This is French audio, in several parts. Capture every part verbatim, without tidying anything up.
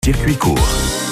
Circuit court.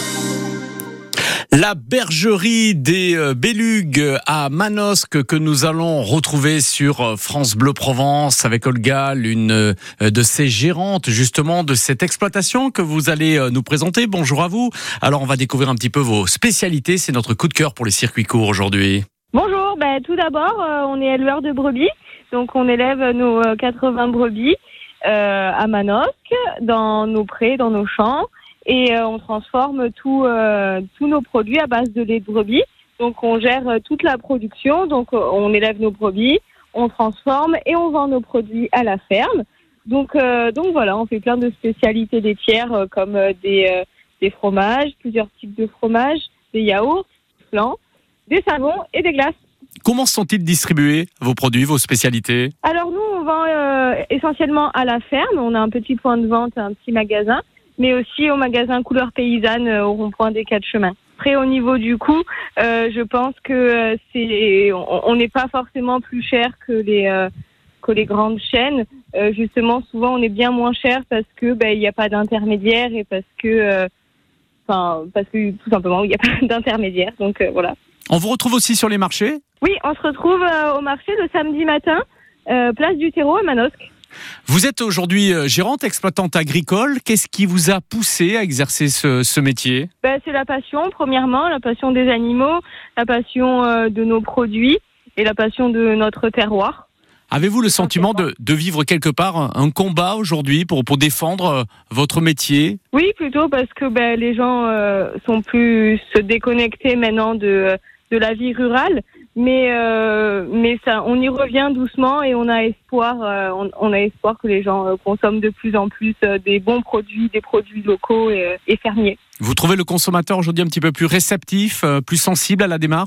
La bergerie des Bélugues à Manosque que nous allons retrouver sur France Bleu Provence avec Olga, l'une de ces gérantes justement de cette exploitation que vous allez nous présenter. Bonjour à vous. Alors on va découvrir un petit peu vos spécialités. C'est notre coup de cœur pour les circuits courts aujourd'hui. Bonjour, ben, tout d'abord euh, on est éleveur de brebis. Donc on élève nos euh, quatre-vingts brebis euh, à Manosque, dans nos prés, dans nos champs. Et euh, on transforme tout, euh, tous nos produits à base de lait de brebis. Donc on gère euh, toute la production, donc euh, on élève nos brebis, on transforme et on vend nos produits à la ferme. Donc, euh, donc voilà, on fait plein de spécialités laitières euh, comme euh, des, euh, des fromages, plusieurs types de fromages, des yaourts, des flancs, des savons et des glaces. Comment sont-ils distribués, vos produits, vos spécialités ? Alors nous, on vend euh, essentiellement à la ferme. On a un petit point de vente, un petit magasin, mais aussi au magasin Couleur Paysanne euh, au rond-point des Quatre Chemins. Après, au niveau du coût, euh, je pense que euh, c'est, on n'est pas forcément plus cher que les euh, que les grandes chaînes. Euh, justement, souvent, on est bien moins cher parce que ben il n'y a pas d'intermédiaire et parce que, enfin, euh, parce que tout simplement, il n'y a pas d'intermédiaire. Donc euh, voilà. On vous retrouve aussi sur les marchés ? Oui, on se retrouve euh, au marché le samedi matin, euh, place du Terreau à Manosque. Vous êtes aujourd'hui gérante, exploitante agricole. Qu'est-ce qui vous a poussé à exercer ce, ce métier ? Ben, c'est la passion, premièrement, la passion des animaux, la passion euh, de nos produits et la passion de notre terroir. Avez-vous le sentiment de, de vivre quelque part un combat aujourd'hui pour, pour défendre votre métier ? Oui, plutôt parce que ben, les gens euh, sont plus se déconnectés maintenant de, de la vie rurale. Mais euh, mais ça, on y revient doucement et on a espoir, euh, on, on a espoir que les gens euh, consomment de plus en plus euh, des bons produits, des produits locaux et, et fermiers. Vous trouvez le consommateur aujourd'hui un petit peu plus réceptif, euh, plus sensible à la démarche ?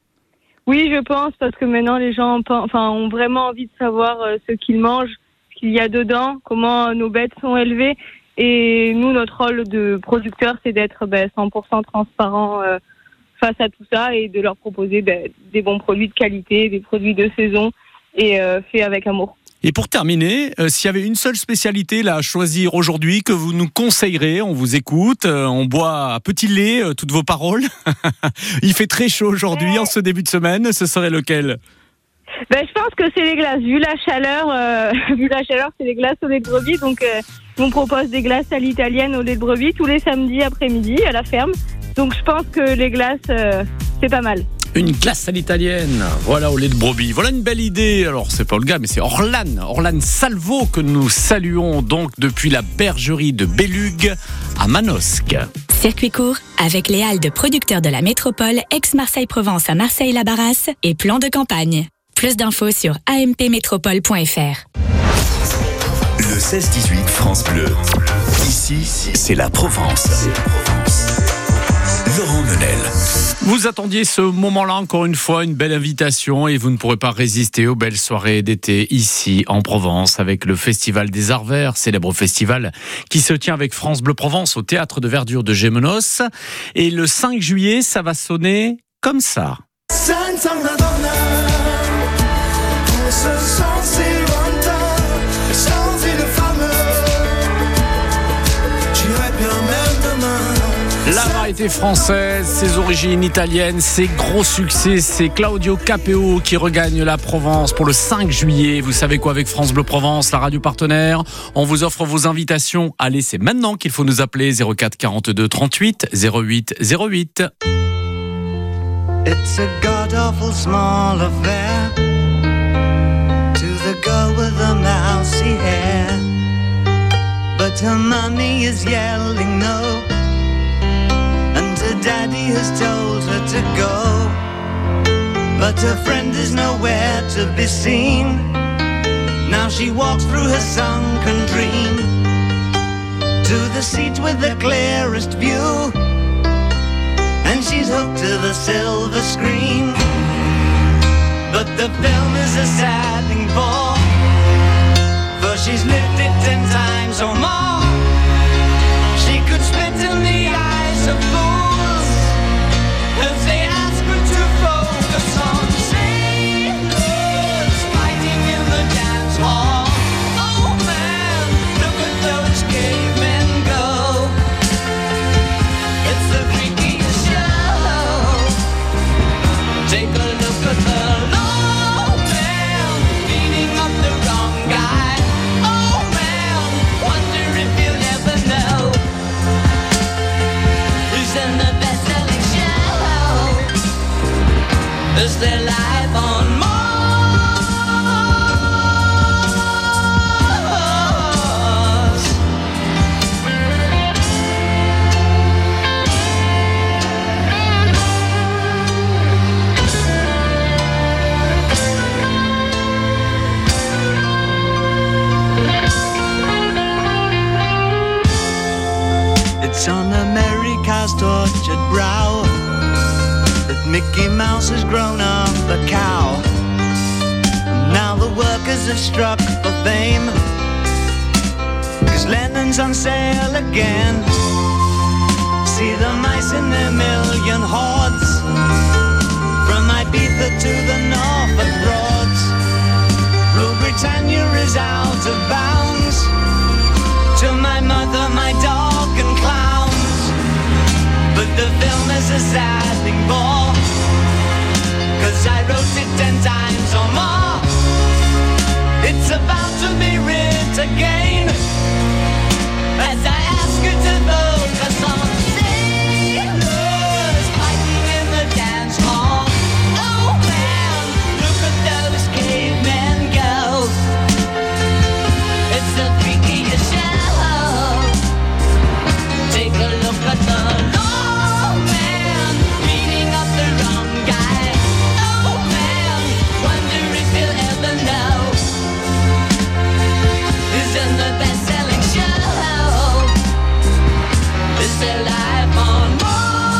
Oui, je pense, parce que maintenant les gens, enfin, ont vraiment envie de savoir euh, ce qu'ils mangent, ce qu'il y a dedans, comment nos bêtes sont élevées. Et nous, notre rôle de producteur, c'est d'être ben, cent pour cent transparent. Euh, face à tout ça et de leur proposer ben, des bons produits de qualité, des produits de saison et euh, faits avec amour. Et pour terminer, euh, s'il y avait une seule spécialité là, à choisir aujourd'hui que vous nous conseillerez, on vous écoute, euh, on boit à petit lait euh, toutes vos paroles. Il fait très chaud aujourd'hui ouais. En ce début de semaine, ce serait lequel ? Ben, je pense que c'est les glaces. Vu la chaleur, euh, vu la chaleur, c'est les glaces au lait de brebis. Donc, euh, on propose des glaces à l'italienne au lait de brebis tous les samedis après-midi à la ferme. Donc je pense que les glaces, euh, c'est pas mal. Une glace à l'italienne, voilà, au lait de brebis. Voilà une belle idée. Alors c'est pas Olga, mais c'est Orlane, Orlane Salvo que nous saluons donc depuis la bergerie de Bélugues à Manosque. Circuit court avec les halles producteurs de la métropole Aix-Marseille-Provence à Marseille-la-Barrasse et plan de campagne. Plus d'infos sur a m p métropole point f r. Le seize dix-huit France Bleu. Ici, c'est la Provence. Laurent Menel. Vous attendiez ce moment-là, encore une fois, une belle invitation et vous ne pourrez pas résister aux belles soirées d'été ici en Provence avec le Festival des Arts Verts, célèbre festival qui se tient avec France Bleu Provence au Théâtre de Verdure de Gémenos. Et le cinq juillet, ça va sonner comme ça. La variété française, ses origines italiennes, ses gros succès, c'est Claudio Capéo qui regagne la Provence pour le cinq juillet. Vous savez quoi, avec France Bleu Provence, la radio partenaire, on vous offre vos invitations. Allez, c'est maintenant qu'il faut nous appeler zéro quatre quarante-deux trente-huit zéro huit zéro huit. It's a god-awful small affair to the girl with the mousy hair, but her mommy is yelling no. Her daddy has told her to go, but her friend is nowhere to be seen. Now she walks through her sunken dream to the seat with the clearest view, and she's hooked to the silver screen. But the film is a sad thing for, for she's lived it ten times or more. She could spit in the eyes of fools as they ask her to focus on sailors fighting in the dance hall. Oh man, look at those cavemen go. there life on Mars? It's on America's tortured brow that Mickey Mouse has grown up a cow. Now the workers have struck for fame, 'cause Lennon's on sale again. See the mice in their million hordes, from Ibiza to the Norfolk Broads. Rule Britannia is out of bounds, to my mother, my dog and clowns. But the film is a sad thing more, 'cause I wrote it ten times or more. It's about to be writ again, as I ask you to vote for some sailors fighting in the dance hall. Oh man, look at those cavemen go. It's the freakiest show. Take a look at the lawman beating up the wrong guy. Oh man, wonder if you'll ever know. Isn't the best-selling show? Is there life on Mars?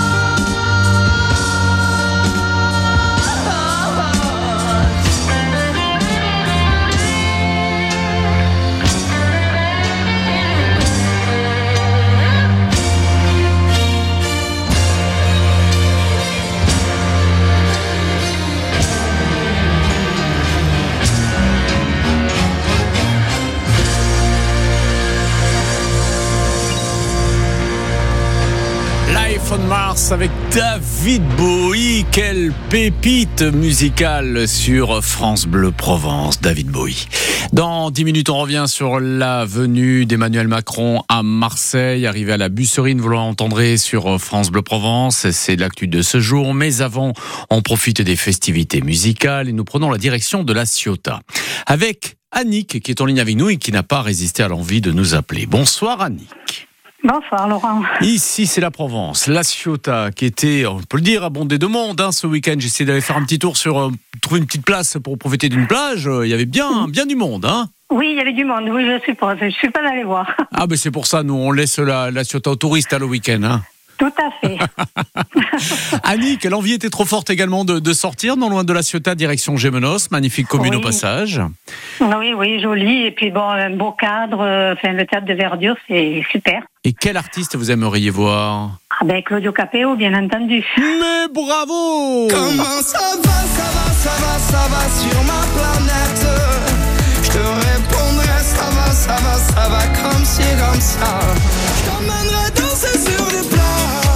Life on Mars avec David Bowie. Quelle pépite musicale sur France Bleu Provence, David Bowie. Dans dix minutes, on revient sur la venue d'Emmanuel Macron à Marseille. Arrivé à la Busserine, vous l'entendrez sur France Bleu Provence. C'est l'actu de ce jour. Mais avant, on profite des festivités musicales et nous prenons la direction de la Ciotat. Avec Annick, qui est en ligne avec nous et qui n'a pas résisté à l'envie de nous appeler. Bonsoir Annick. Bonsoir Laurent. Ici c'est la Provence, la Ciotat qui était, on peut le dire, abondée de monde hein, ce week-end. J'ai essayé d'aller faire un petit tour sur euh, trouver une petite place pour profiter d'une plage. Il y avait bien, bien du monde, hein. Oui, il y avait du monde. Oui, je suppose. Je suis pas allée voir. Ah ben c'est pour ça, nous on laisse la, la Ciotat aux touristes à le week-end, hein. Tout à fait. Annick, l'envie était trop forte également de, de sortir, non loin de la Ciotat, direction Gémenos, magnifique commune oui. Au passage. Oui, oui, joli. Et puis bon, un beau cadre. Euh, enfin, le théâtre de verdure, c'est super. Et quel artiste vous aimeriez voir? Ah ben Claudio Capéo, bien entendu. Mais bravo! Comment ça va, ça va, ça va, ça va sur ma planète? Je te répondrai, ça va, ça va, ça va comme ci, comme ça. Je t'emmènerai danser sur les plages.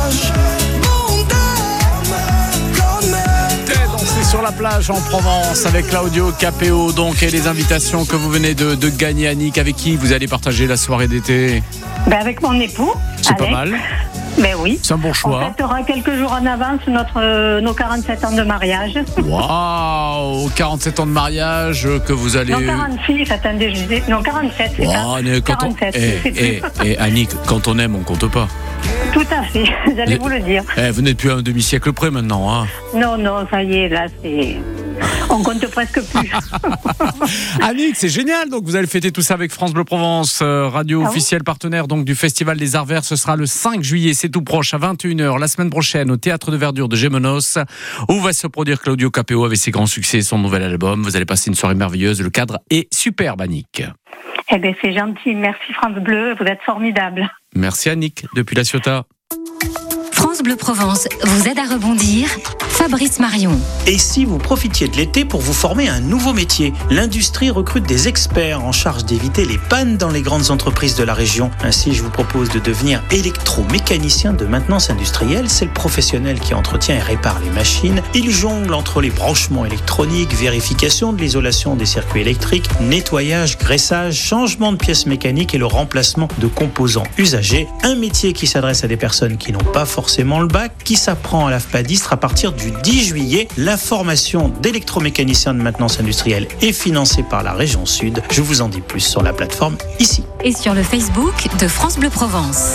Sur la plage en Provence avec Claudio Capéo donc et les invitations que vous venez de, de gagner Annick, avec qui vous allez partager la soirée d'été? Ben avec mon époux. C'est Alex. Pas mal. Ben oui. C'est un bon choix. On fêtera quelques jours en avance notre, euh, nos quarante-sept ans de mariage. Waouh, quarante-sept ans de mariage que vous allez... Non, quarante-six, attendez, je disais... Non, quarante-sept, c'est wow, ça. Quand quarante-sept, on... Eh, eh, eh, Annick, quand on aime, on compte pas. Tout à fait, j'allais vous le dire. Eh, vous n'êtes plus à un demi-siècle près maintenant, hein. Non, non, ça y est, là, c'est... On compte presque plus. Annick, c'est génial. Donc, vous allez fêter tout ça avec France Bleu Provence, euh, radio ah officielle oui partenaire donc du Festival des Arts Verts. Ce sera le cinq juillet, c'est tout proche, à vingt et une heures, la semaine prochaine, au Théâtre de Verdure de Gémenos, où va se produire Claudio Capéo avec ses grands succès et son nouvel album. Vous allez passer une soirée merveilleuse. Le cadre est superbe, Annick. Eh bien, c'est gentil. Merci France Bleu. Vous êtes formidable. Merci, Annick, depuis la Ciotat. France Bleu Provence vous aide à rebondir. Fabrice Marion. Et si vous profitiez de l'été pour vous former à un nouveau métier? L'industrie recrute des experts en charge d'éviter les pannes dans les grandes entreprises de la région. Ainsi, je vous propose de devenir électromécanicien de maintenance industrielle. C'est le professionnel qui entretient et répare les machines. Il jongle entre les branchements électroniques, vérification de l'isolation des circuits électriques, nettoyage, graissage, changement de pièces mécaniques et le remplacement de composants usagés. Un métier qui s'adresse à des personnes qui n'ont pas forcément forcément le bac, qui s'apprend à l'A F P A d'Istres à partir du dix juillet. La formation d'électromécanicien de maintenance industrielle est financée par la région Sud. Je vous en dis plus sur la plateforme ici. Et sur le Facebook de France Bleu Provence.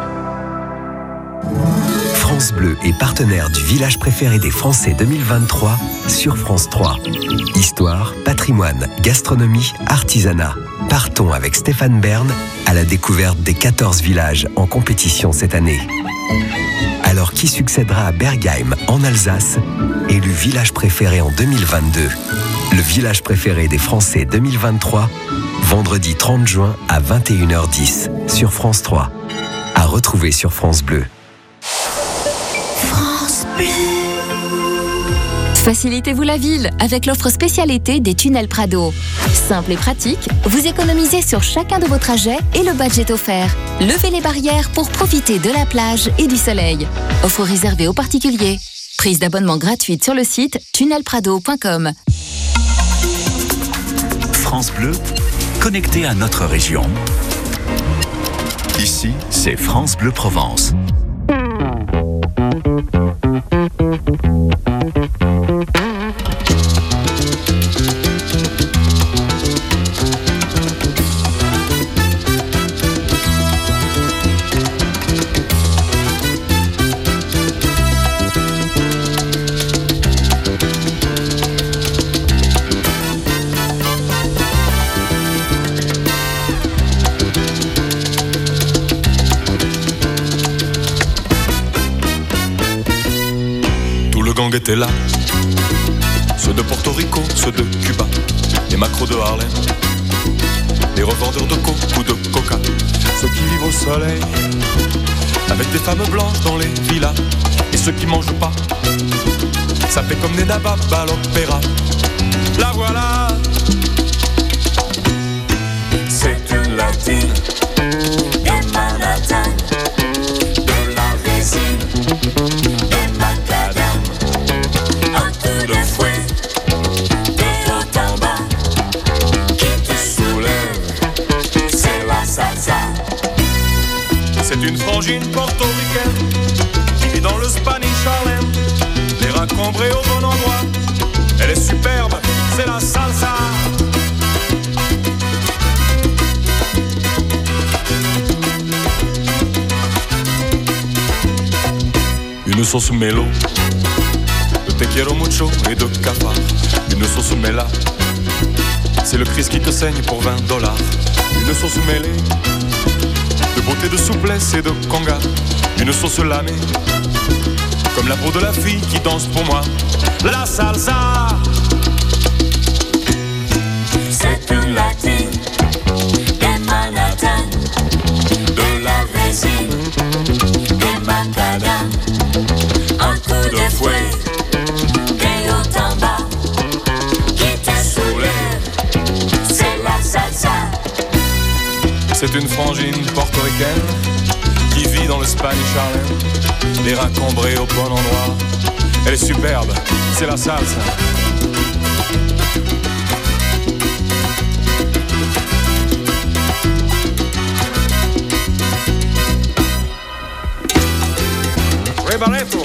France Bleu est partenaire du village préféré des Français deux mille vingt-trois sur France trois. Histoire, patrimoine, gastronomie, artisanat. Partons avec Stéphane Bern à la découverte des quatorze villages en compétition cette année. Alors qui succédera à Bergheim en Alsace, élu village préféré en deux mille vingt-deux? Le village préféré des Français deux mille vingt-trois, vendredi trente juin à vingt et une heures dix sur France trois. À retrouver sur France Bleu. France Bleu. Facilitez-vous la ville avec l'offre spéciale été des tunnels Prado. Simple et pratique, vous économisez sur chacun de vos trajets et le badge est offert. Levez les barrières pour profiter de la plage et du soleil. Offre réservée aux particuliers. Prise d'abonnement gratuite sur le site tunnel prado point com. France Bleu, connecté à notre région. Ici, c'est France Bleu Provence. Étaient là, ceux de Porto Rico, ceux de Cuba, les macros de Harlem, les revendeurs de coke ou de coca, ceux qui vivent au soleil, avec des femmes blanches dans les villas, et ceux qui mangent pas, sapés comme des nababs à l'opéra. La voilà, c'est une latine, et Manhattan, de la résine. C'est une frangine portoricaine qui vit dans le Spanish Harlem, les reins cambrés au bon endroit. Elle est superbe, c'est la salsa. Une sauce mélo, de te quiero mucho et de cafard. Une sauce méla, c'est le Christ qui te saigne pour vingt dollars. Une sauce mêlée, de beauté, de souplesse et de conga. Une sauce lamée, comme la peau de la fille qui danse pour moi. La salsa, c'est une latine, des Manhattan, de la résine, des macadam, un coup de fouet, des hauts en bas, qui te soulève, c'est la salsa. C'est une frangine portoricaine qui vit dans le Spanish Harlem, les reins cambrés au bon endroit. Elle est superbe, c'est la salsa. Rebareto.